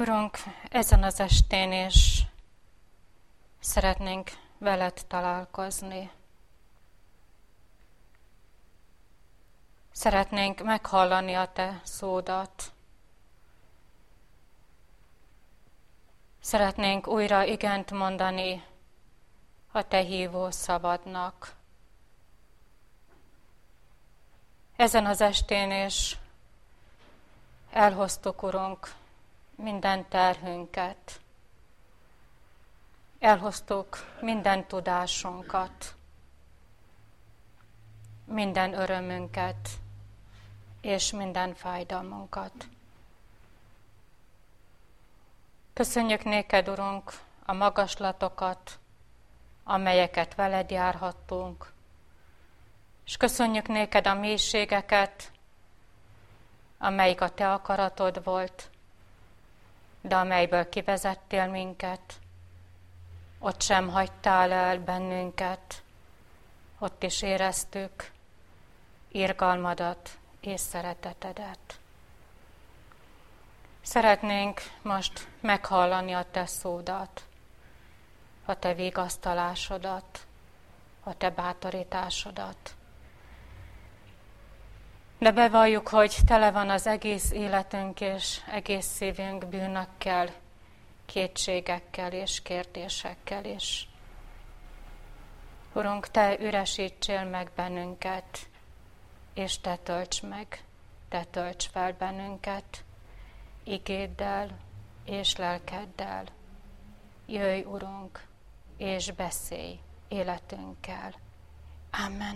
Urunk, ezen az estén is szeretnénk veled találkozni. Szeretnénk meghallani a te szódat. Szeretnénk újra igent mondani a te hívó szavadnak. Ezen az estén is elhoztuk, Urunk, minden terhünket. Elhoztuk minden tudásunkat, minden örömünket és minden fájdalmunkat. Köszönjük néked, Urunk, a magaslatokat, amelyeket veled járhattunk, és köszönjük néked a mélységeket, amelyik a te akaratod volt, de amelyből kivezettél minket, ott sem hagytál el bennünket, ott is éreztük irgalmadat és szeretetedet. Szeretnénk most meghallani a te szódat, a te vigasztalásodat, a te bátorításodat. De bevalljuk, hogy tele van az egész életünk és egész szívünk bűnökkel, kétségekkel és kérdésekkel is. Urunk, te üresítsél meg bennünket, és te tölts meg, te tölts fel bennünket igéddel és lelkeddel. Jöjj, Urunk, és beszélj életünkkel. Amen.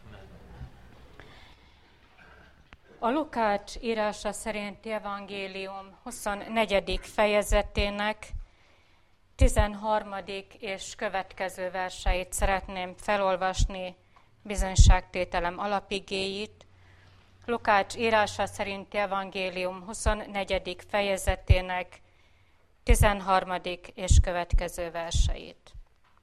A Lukács írása szerinti evangélium 24. fejezetének 13. és következő verseit szeretném felolvasni, bizonyságtételem alapigéit. Lukács írása szerinti evangélium 24. fejezetének 13. és következő verseit.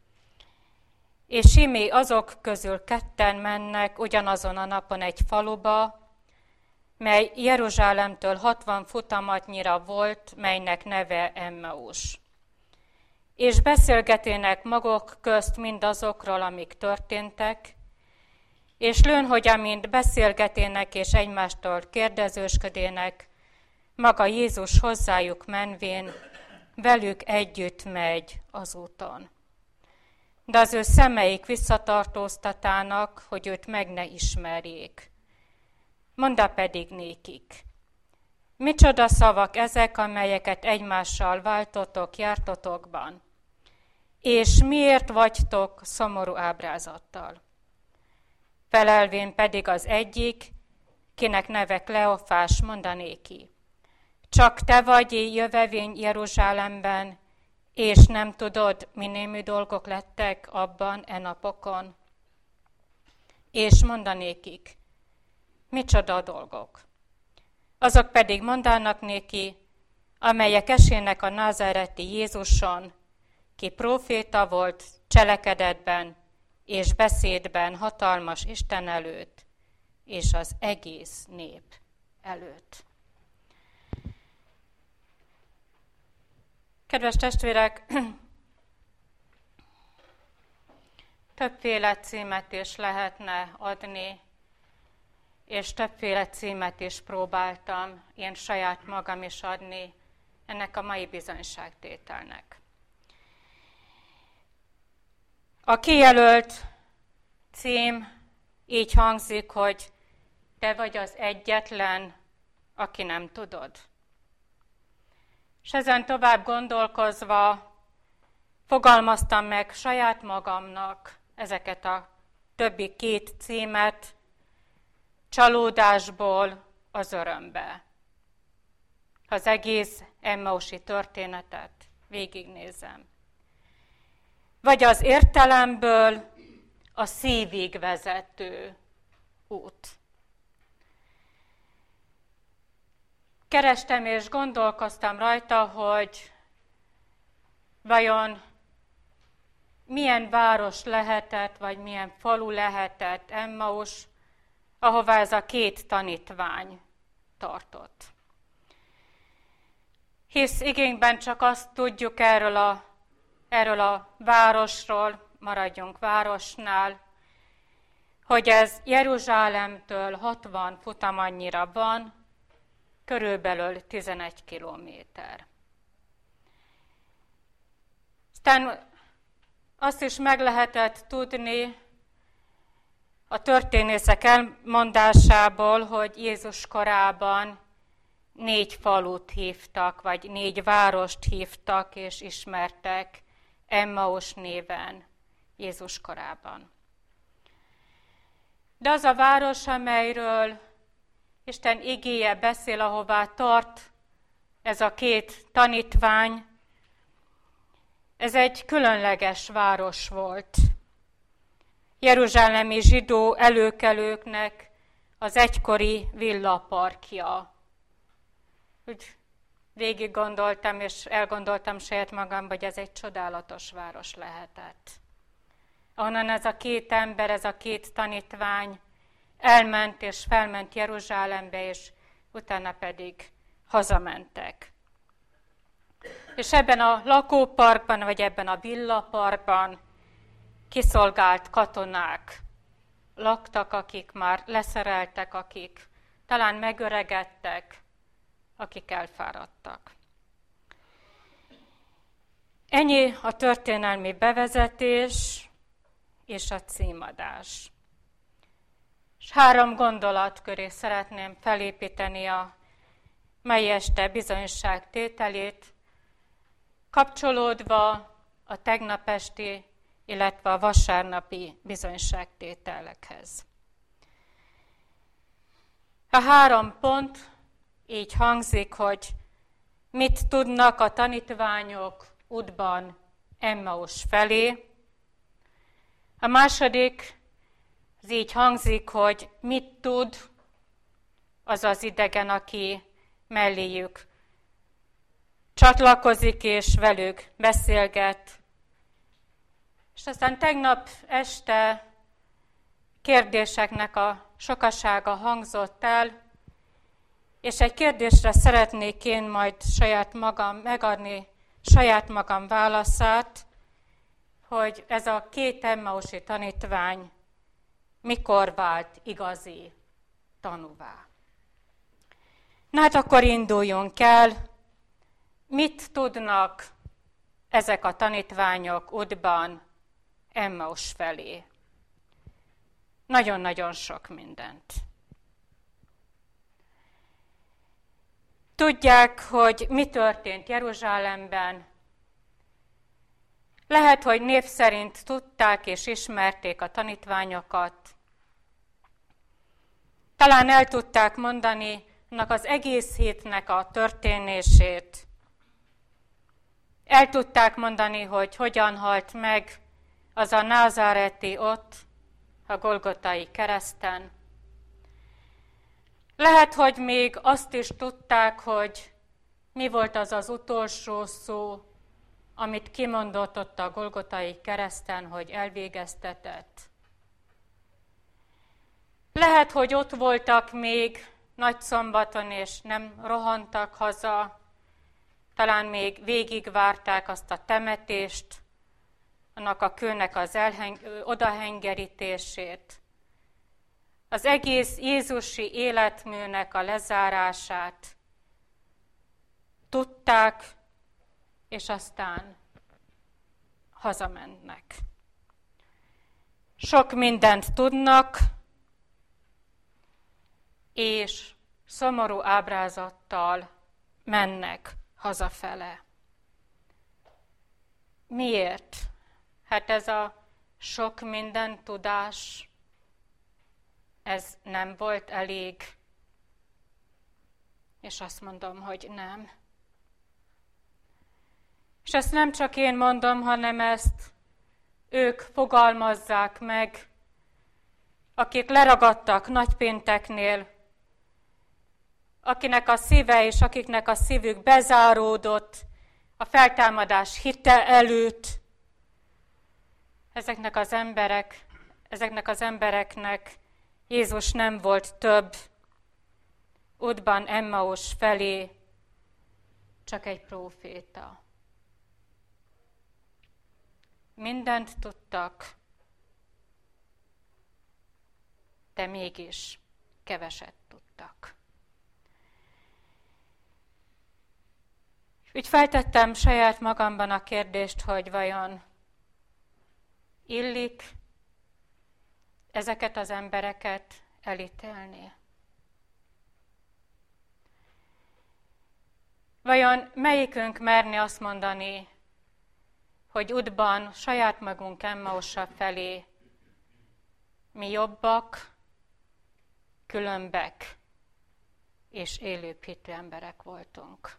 És íme azok közül ketten mennek ugyanazon a napon egy faluba, mely Jeruzsálemtől 60 futamatnyira volt, melynek neve Emmaus. És beszélgetének maguk közt mindazokról, amik történtek, és lőn, hogy amint beszélgetének és egymástól kérdezősködének, maga Jézus hozzájuk menvén velük együtt megy az úton. De az ő szemeik visszatartóztatának, hogy őt meg ne ismerjék. Mondta pedig nékik: micsoda szavak ezek, amelyeket egymással váltotok jártotokban? És miért vagytok szomorú ábrázattal? Felelvén pedig az egyik, kinek neve Kleofás, mondanéki: csak te vagy jövevény Jeruzsálemben, és nem tudod, mi némű dolgok lettek abban e napokon? És mondanékik: micsoda dolgok? Azok pedig mondának néki, amelyek esének a názáreti Jézuson, ki próféta volt cselekedetben és beszédben hatalmas Isten előtt, és az egész nép előtt. Kedves testvérek, többféle címet is lehetne adni, és többféle címet is próbáltam én saját magam is adni ennek a mai bizonyságtételnek. A kijelölt cím így hangzik, hogy te vagy az egyetlen, aki nem tudod. És ezen tovább gondolkozva fogalmaztam meg saját magamnak ezeket a többi két címet, csalódásból az örömbe. Ha az egész emmausi történetet végignézem. Vagy az értelemből a szívig vezető út. Kerestem és gondolkoztam rajta, hogy vajon milyen város lehetett, vagy milyen falu lehetett Emmaus, ahová ez a két tanítvány tartott. hisz igényben csak azt tudjuk erről a városról, maradjunk városnál, hogy ez Jeruzsálemtől 60 futamannyira van, körülbelül 11 kilométer. Aztán azt is meg lehetett tudni a történészek elmondásából, hogy Jézus korában 4 falut hívtak, vagy 4 várost hívtak és ismertek Emmaus néven Jézus korában. De az a város, amelyről Isten igéje beszél, ahová tart ez a 2 tanítvány, ez egy különleges város volt. Jeruzsálemi zsidó előkelőknek az egykori villaparkja. Úgy végig gondoltam, és elgondoltam saját magam, hogy ez egy csodálatos város lehetett. Ahonnan ez a 2 ember, ez a 2 tanítvány elment és felment Jeruzsálembe, és utána pedig hazamentek. És ebben a lakóparkban, vagy ebben a villaparkban kiszolgált katonák laktak, akik már leszereltek, akik talán megöregedtek, akik elfáradtak. Ennyi a történelmi bevezetés és a címadás. És 3 gondolat köré szeretném felépíteni a mai este bizonyságtételét, kapcsolódva a tegnap esti, illetve a vasárnapi bizonyságtételekhez. A 3 pont így hangzik, hogy mit tudnak a tanítványok útban Emmaus felé. A második az így hangzik, hogy mit tud az az idegen, aki melléjük csatlakozik és velük beszélget. És aztán tegnap este kérdéseknek a sokasága hangzott el, és egy kérdésre szeretnék én majd megadni saját magam válaszát, hogy ez a 2 emmausi tanítvány mikor vált igazi tanúvá. Na hát akkor induljunk el. Mit tudnak ezek a tanítványok útban Emmaus felé? Nagyon-nagyon sok mindent. Tudják, hogy mi történt Jeruzsálemben. Lehet, hogy név szerint tudták és ismerték a tanítványokat. Talán el tudták mondani annak az egész hétnek a történését. El tudták mondani, hogy hogyan halt meg az a názáreti ott, a Golgotai kereszten. Lehet, hogy még azt is tudták, hogy mi volt az az utolsó szó, amit kimondott ott a Golgotai kereszten, hogy elvégeztetett. Lehet, hogy ott voltak még nagyszombaton, és nem rohantak haza, talán még végigvárták azt a temetést, annak a kőnek az odahengerítését, az egész jézusi életműnek a lezárását tudták, és aztán hazamennek. Sok mindent tudnak, és szomorú ábrázattal mennek hazafele. Miért? Hát ez a sok minden tudás, ez nem volt elég. És azt mondom, hogy nem. És ezt nem csak én mondom, hanem ezt ők fogalmazzák meg, akik leragadtak nagypénteknél, akinek a szíve és akiknek a szívük bezáródott a feltámadás hite előtt. Ezeknek az embereknek Jézus nem volt több útban Emmaus felé, csak egy próféta. Mindent tudtak, de mégis keveset tudtak. Úgy feltettem saját magamban a kérdést, hogy vajon illik ezeket az embereket elítélni? Vajon melyikünk merni azt mondani, hogy útban saját magunk Emmausa felé mi jobbak, különbek és élőbb hitű emberek voltunk?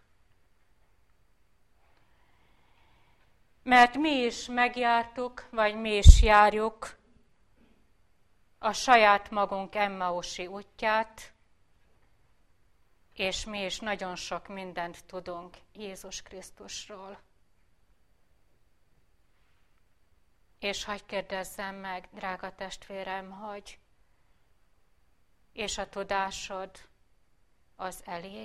Mert mi is megjártuk, vagy mi is járjuk a saját magunk Emmausi útját, és mi is nagyon sok mindent tudunk Jézus Krisztusról. És hadd kérdezzem meg, drága testvérem, hogy és a tudásod az elég?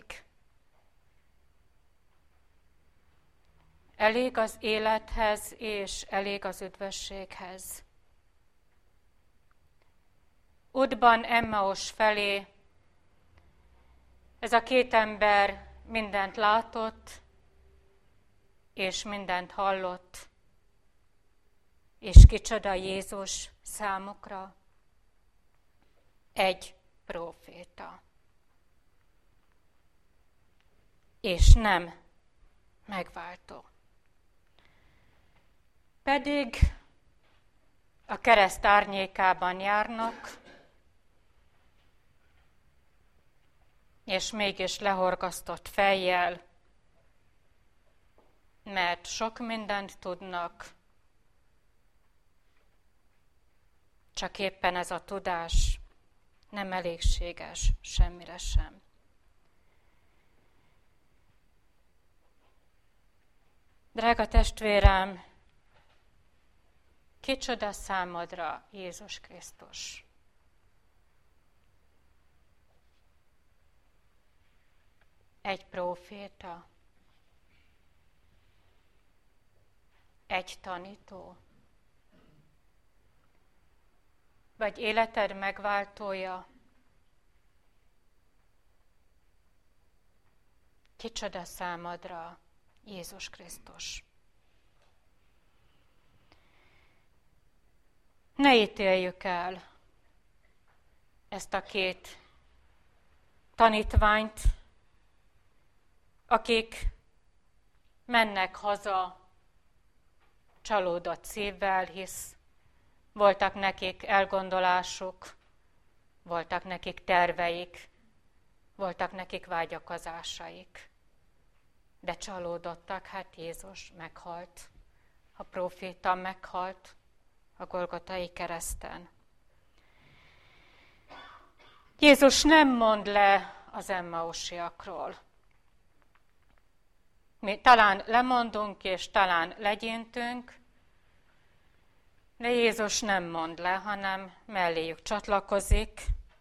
Elég az élethez, és elég az üdvösséghez. Útban Emmaus felé ez a két ember mindent látott, és mindent hallott, és kicsoda Jézus számukra? Egy próféta. És nem megváltó. Pedig a kereszt árnyékában járnak, és mégis lehorgasztott fejjel, mert sok mindent tudnak, csak éppen ez a tudás nem elégséges semmire sem. Drága testvérem, kicsoda számodra Jézus Krisztus? Egy próféta? Egy tanító? Vagy életed megváltója? Kicsoda számodra Jézus Krisztus? Ne ítéljük el ezt a két tanítványt, akik mennek haza csalódott szívvel, hisz voltak nekik elgondolásuk, voltak nekik terveik, voltak nekik vágyakozásaik. De csalódottak, hát Jézus meghalt, a próféta meghalt a Golgotai kereszten. Jézus nem mond le az emmausiakról. Mi talán lemondunk, és talán legyintünk, de Jézus nem mond le, hanem melléjük csatlakozik,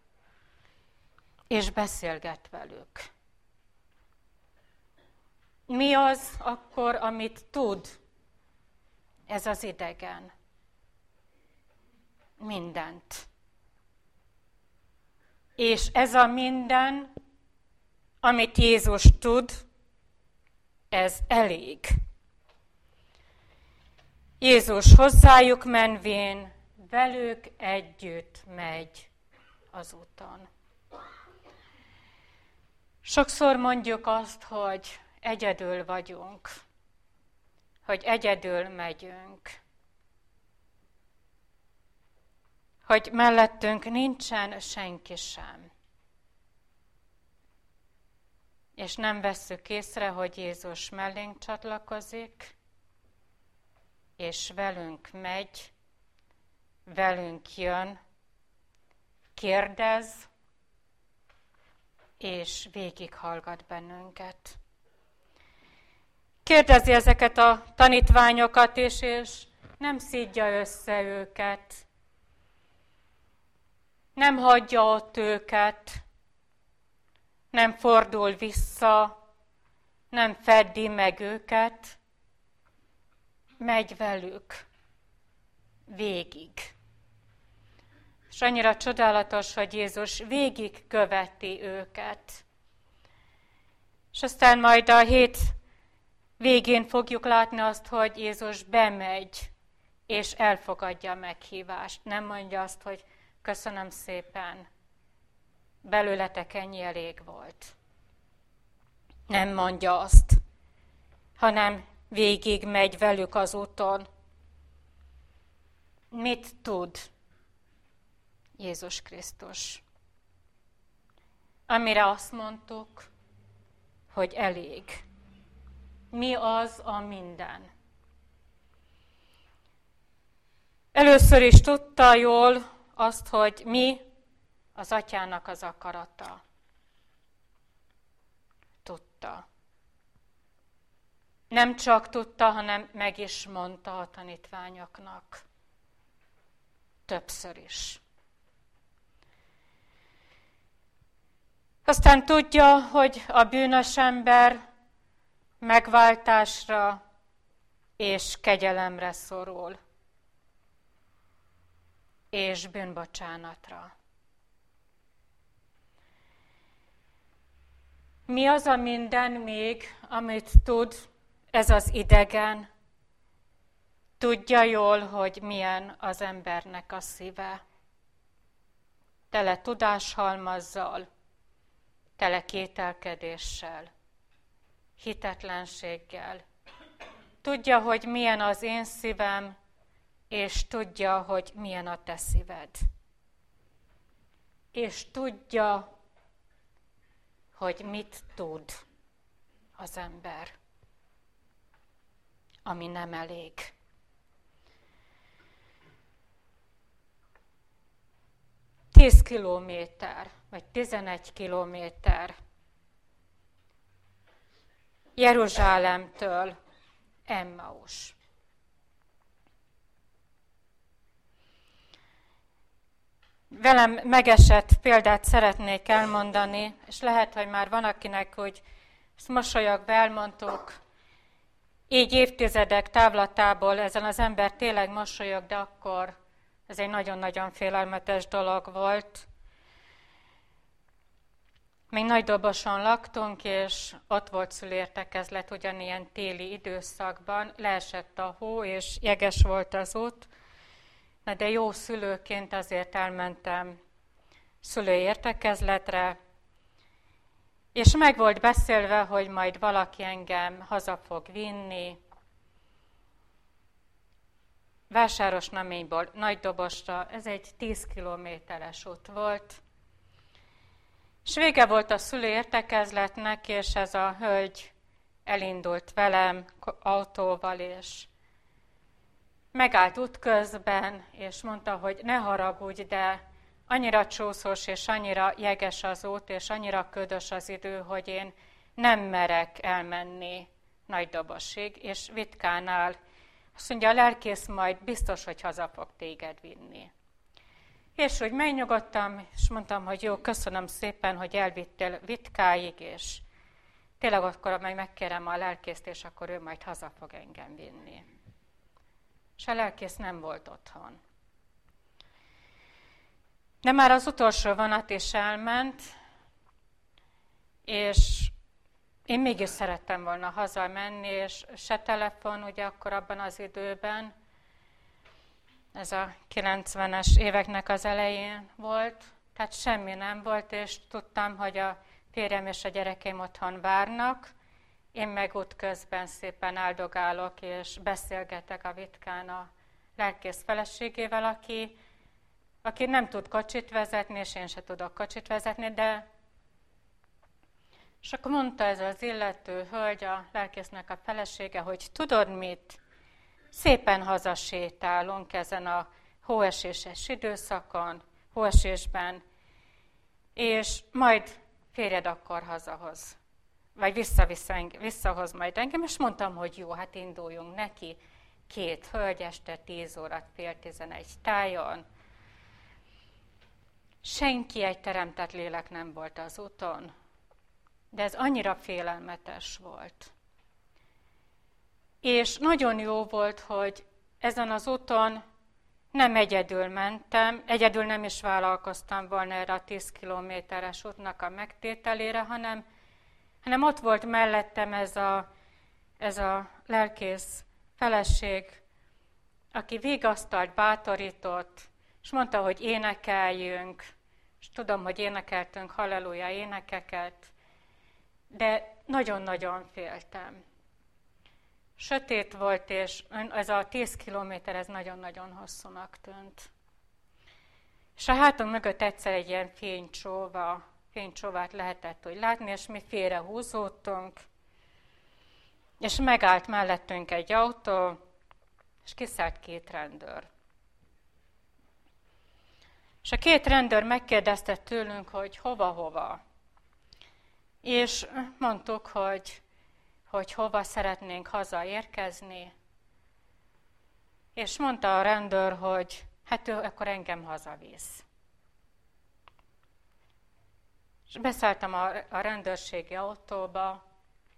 és beszélget velük. Mi az akkor, amit tud ez az idegen? Mindent. És ez a minden, amit Jézus tud, ez elég. Jézus hozzájuk menvén, velük együtt megy az úton. Sokszor mondjuk azt, hogy egyedül vagyunk, hogy egyedül megyünk, hogy mellettünk nincsen senki sem. És nem vesszük észre, hogy Jézus mellénk csatlakozik, és velünk megy, velünk jön, kérdez, és végighallgat bennünket. Kérdezi ezeket a tanítványokat is, és nem szídja össze őket, nem hagyja ott őket, nem fordul vissza, nem feddi meg őket, megy velük végig. És annyira csodálatos, hogy Jézus végig követi őket. És aztán majd a hét végén fogjuk látni azt, hogy Jézus bemegy, és elfogadja a meghívást. Nem mondja azt, hogy köszönöm szépen, belőletek ennyi elég volt. Nem mondja azt, hanem végig megy velük az úton. Mit tud Jézus Krisztus? Amire azt mondtuk, hogy elég. Mi az a minden? Először is tudta jól azt, hogy mi az Atyának az akarata. Tudta. Nem csak tudta, hanem meg is mondta a tanítványoknak. Többször is. Aztán tudja, hogy a bűnös ember megváltásra és kegyelemre szorul, és bűnbocsánatra. Mi az a minden még, amit tud ez az idegen? Tudja jól, hogy milyen az embernek a szíve. Tele tudáshalmazzal, tele kételkedéssel, hitetlenséggel. Tudja, hogy milyen az én szívem, és tudja, hogy milyen a te szíved. És tudja, hogy mit tud az ember, ami nem elég. 10 kilométer, vagy 11 kilométer Jeruzsálemtől Emmaus. Velem megesett példát szeretnék elmondani, és lehet, hogy már van akinek, hogy ezt mosolyogva elmondtuk, így évtizedek távlatából ezen az ember tényleg mosolyog, de akkor ez egy nagyon-nagyon félelmetes dolog volt. Még Nagydoboson laktunk, és ott volt szülértekezlet ugyanilyen téli időszakban, leesett a hó, és jeges volt az út. Na de jó szülőként azért elmentem szülőértekezletre, és meg volt beszélve, hogy majd valaki engem haza fog vinni. Vásárosnaményból Nagydobosra, ez egy 10 kilométeres út volt. És vége volt a szülőértekezletnek, és ez a hölgy elindult velem autóval, és megállt útközben, és mondta, hogy ne haragudj, de annyira csúszós, és annyira jeges az út, és annyira ködös az idő, hogy én nem merek elmenni Nagydobosig, és Vitkánál. Azt mondja, a lelkész majd biztos, hogy haza fog téged vinni. És úgy megnyugodtam, és mondtam, hogy jó, köszönöm szépen, hogy elvittél Vitkáig, és tényleg akkor majd megkérem a lelkészt, és akkor ő majd haza fog engem vinni. És a lelkész nem volt otthon. De már az utolsó vonat is elment, és én mégis szerettem volna hazamenni, és se telefon, ugye akkor abban az időben, ez a 90-es éveknek az elején volt, tehát semmi nem volt, és tudtam, hogy a férjem és a gyerekeim otthon várnak, én meg útközben szépen áldogálok, és beszélgetek a Vitkán a lelkész feleségével, aki nem tud kocsit vezetni, és én se tudok kocsit vezetni, de... És akkor mondta ez az illető hölgy, a lelkésznek a felesége, hogy tudod mit? Szépen hazasétálunk ezen a hóeséses időszakon, hóesésben, és majd férjed akkor hazahoz, vagy visszahoz majd engem, és mondtam, hogy jó, hát induljunk neki. 2 hölgy este 10 óra, fél 11 tájon. Senki, egy teremtett lélek nem volt az úton. De ez annyira félelmetes volt. És nagyon jó volt, hogy ezen az úton nem egyedül mentem, egyedül nem is vállalkoztam volna erre a 10 kilométeres útnak a megtételére, hanem ott volt mellettem ez a lelkész feleség, aki vigasztalt, bátorított, és mondta, hogy énekeljünk, és tudom, hogy énekeltünk halleluja énekeket, de nagyon-nagyon féltem. Sötét volt, és ez a 10 kilométer, ez nagyon-nagyon hosszúnak tűnt. És a hátunk mögött egyszer egy ilyen fénycsóvát lehetett úgy látni, és mi félre húzódtunk, és megállt mellettünk egy autó, és kiszállt 2 rendőr. És a 2 rendőr megkérdezte tőlünk, hogy hova. És mondtuk, hogy hova szeretnénk hazaérkezni. És mondta a rendőr, hogy hát ő akkor engem hazavisz. És beszálltam a rendőrségi autóba,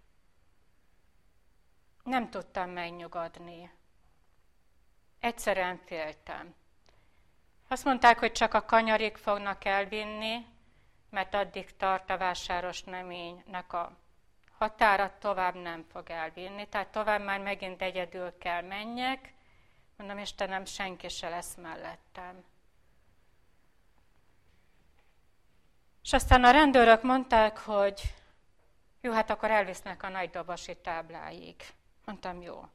nem tudtam megnyugodni. Egyszerűen féltem. Azt mondták, hogy csak a kanyarig fognak elvinni, mert addig tart a Vásáros Neménynek a határa, tovább nem fog elvinni. Tehát tovább már megint egyedül kell menjek. Mondom, Istenem, senki se lesz mellettem. És aztán a rendőrök mondták, hogy jó, hát akkor elvisznek a Nagydobosi tábláig. Mondtam, jó.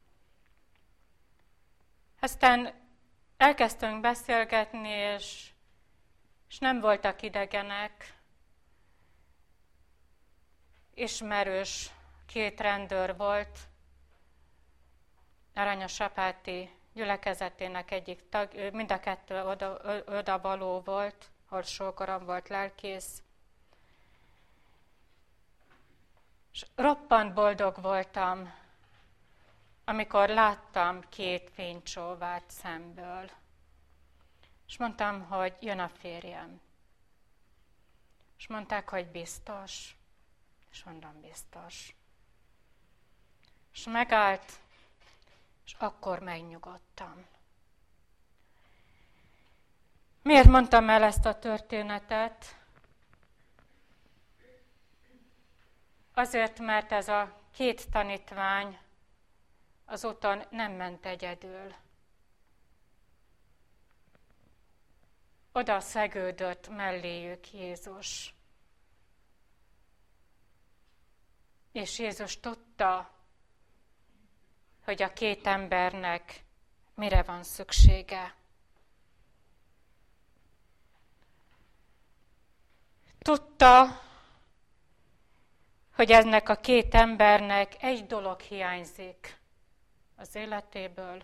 Aztán elkezdtünk beszélgetni, és nem voltak idegenek. Ismerős 2 rendőr volt, Aranyosapáti gyülekezetének egyik tag, mind a 2 oda való volt, ahol sógorom volt lelkész. És roppant boldog voltam, amikor láttam 2 fénycsóvát szemből. És mondtam, hogy jön a férjem. És mondták, hogy biztos. És mondom, biztos. És megállt, és akkor megnyugodtam. Miért mondtam el ezt a történetet? Azért, mert ez a 2 tanítvány az úton nem ment egyedül. Oda szegődött melléjük Jézus. És Jézus tudta, hogy a 2 embernek mire van szüksége. Tudta, hogy ennek a 2 embernek egy dolog hiányzik az életéből,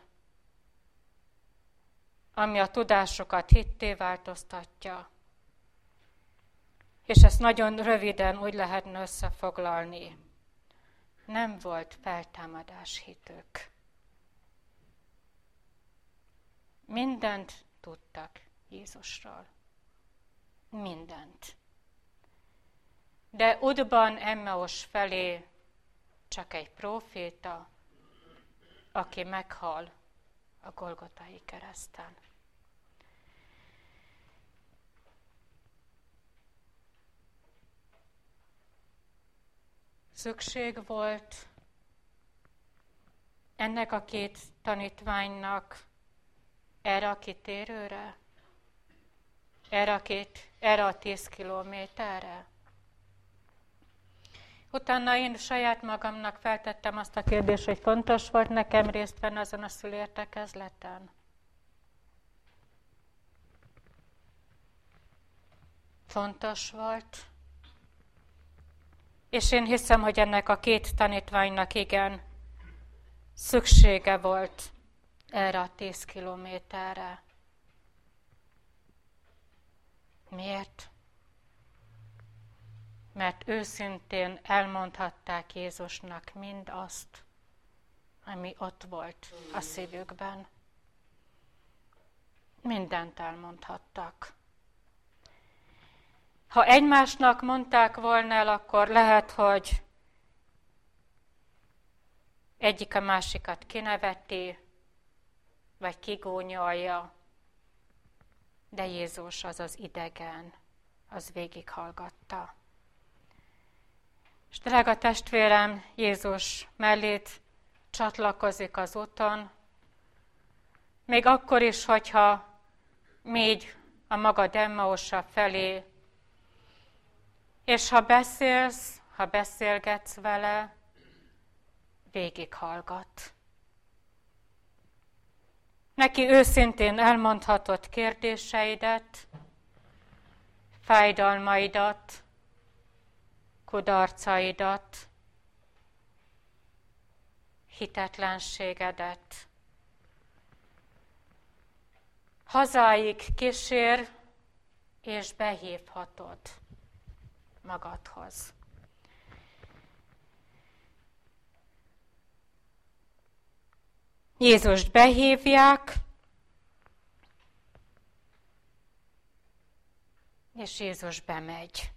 ami a tudásokat hitté változtatja. És ezt nagyon röviden úgy lehetne összefoglalni. Nem volt feltámadás hitük. Mindent tudtak Jézusról. Mindent. De útban Emmaus felé csak egy próféta, aki meghal a Golgotai kereszten. Szükség volt ennek a 2 tanítványnak erre a kitérőre, erre a 10 kilométerre. Utána én saját magamnak feltettem azt a kérdést, hogy fontos volt nekem részt venni azon a szülértekezleten. Fontos volt. És én hiszem, hogy ennek a 2 tanítványnak igen szüksége volt erre a 10 kilométerre. Miért? Mert őszintén elmondhatták Jézusnak mindazt, ami ott volt a szívükben. Mindent elmondhattak. Ha egymásnak mondták volna el, akkor lehet, hogy egyik a másikat kineveti, vagy kigónyolja, de Jézus az az idegen, az végighallgatta. És drága testvérem, Jézus mellét csatlakozik az úton, még akkor is, hogyha mégy a magad Emmausa felé, és ha beszélsz, ha beszélgetsz vele, végighallgat. Neki őszintén elmondhatod kérdéseidet, fájdalmaidat, kudarcaidat, hitetlenségedet. Hazáig kísér, és behívhatod magadhoz. Jézust behívják, és Jézus bemegy.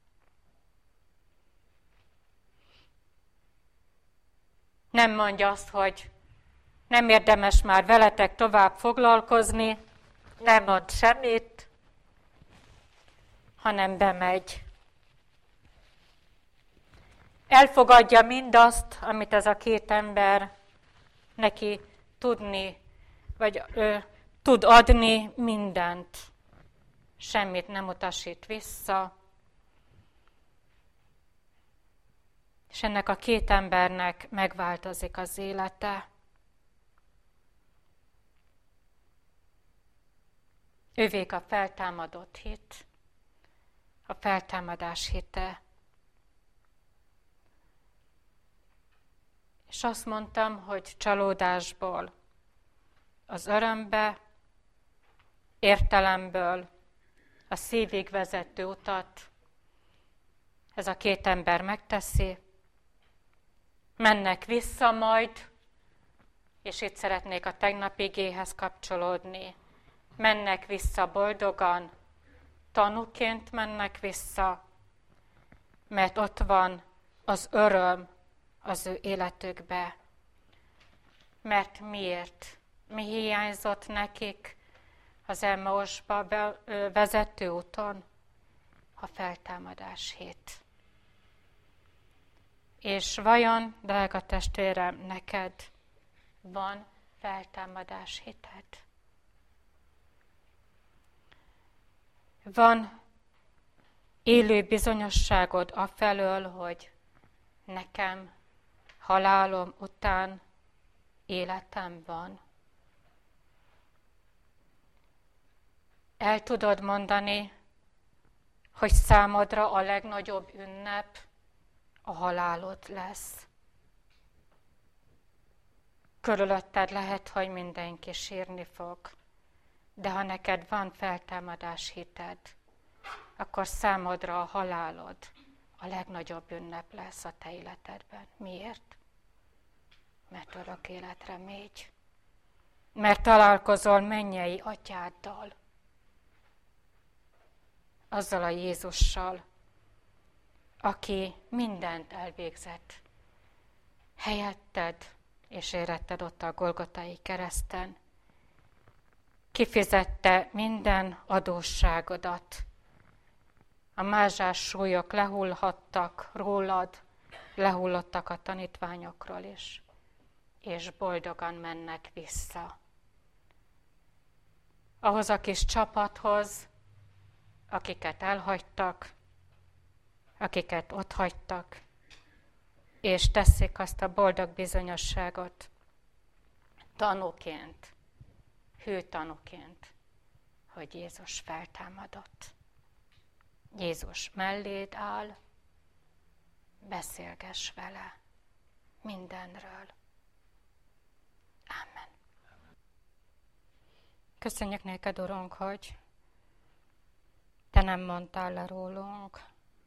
Nem mondja azt, hogy nem érdemes már veletek tovább foglalkozni, nem mond semmit, hanem bemegy. Elfogadja mindazt, amit ez a két ember neki tudni, vagy tud adni, mindent. Semmit nem utasít vissza. És ennek a két embernek megváltozik az élete. Övék a feltámadott hit, a feltámadás hite. És azt mondtam, hogy csalódásból az örömbe, értelemből a szívig vezető utat ez a két ember megteszi, mennek vissza majd, és itt szeretnék a tegnapi igéhez kapcsolódni, mennek vissza boldogan, tanúként mennek vissza, mert ott van az öröm az ő életükbe. Mert miért? Mi hiányzott nekik az Emmausba vezető úton? A feltámadás hit. És vajon, drága testvérem, neked van feltámadás hited? Van élő bizonyosságod afelől, hogy nekem halálom után életem van? El tudod mondani, hogy számodra a legnagyobb ünnep a halálod lesz? Körülötted lehet, hogy mindenki sírni fog, de ha neked van feltámadás hited, akkor számodra a halálod a legnagyobb ünnep lesz a te életedben. Miért? Mert örök életre mégy. Mert találkozol mennyei atyáddal, azzal a Jézussal, aki mindent elvégzett helyetted, és éretted ott a Golgotai kereszten. Kifizette minden adósságodat. A mázsás súlyok lehullhattak rólad, lehullottak a tanítványokról is, és boldogan mennek vissza. Ahhoz a kis csapathoz, akiket elhagytak, akiket otthagytak, és teszik azt a boldog bizonyosságot tanúként, hű tanúként, hogy Jézus feltámadott. Jézus melléd áll, beszélgess vele mindenről. Amen. Köszönjük néked, Urunk, hogy te nem mondtál le rólunk.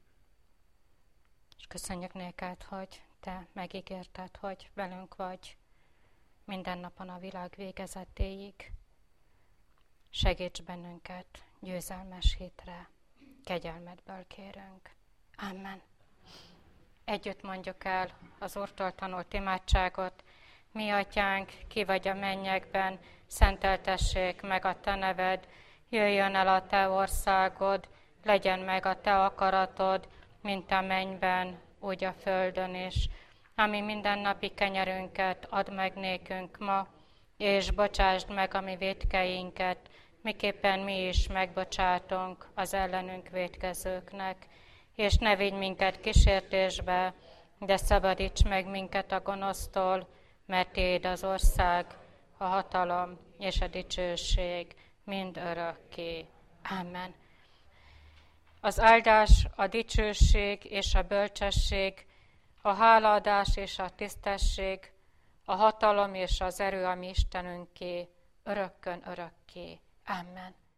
És köszönjük néked, hogy te megígérted, hogy velünk vagy minden napon a világ végezetéig. Segíts bennünket győzelmes hitre, kegyelmedből kérünk. Amen. Együtt mondjuk el az Úrtól tanult imádságot. Mi atyánk, ki vagy a mennyekben, szenteltessék meg a te neved, jöjjön el a te országod, legyen meg a te akaratod, mint a mennyben, úgy a földön is. Ami mindennapi kenyerünket add meg nékünk ma, és bocsásd meg a mi vétkeinket, miképpen mi is megbocsátunk az ellenünk vétkezőknek. És ne vigy minket kísértésbe, de szabadíts meg minket a gonosztól, mert tiéd az ország, a hatalom és a dicsőség mind örökké. Amen. Az áldás, a dicsőség és a bölcsesség, a hálaadás és a tisztesség, a hatalom és az erő a mi Istenünké, örökkön örökké. Amen.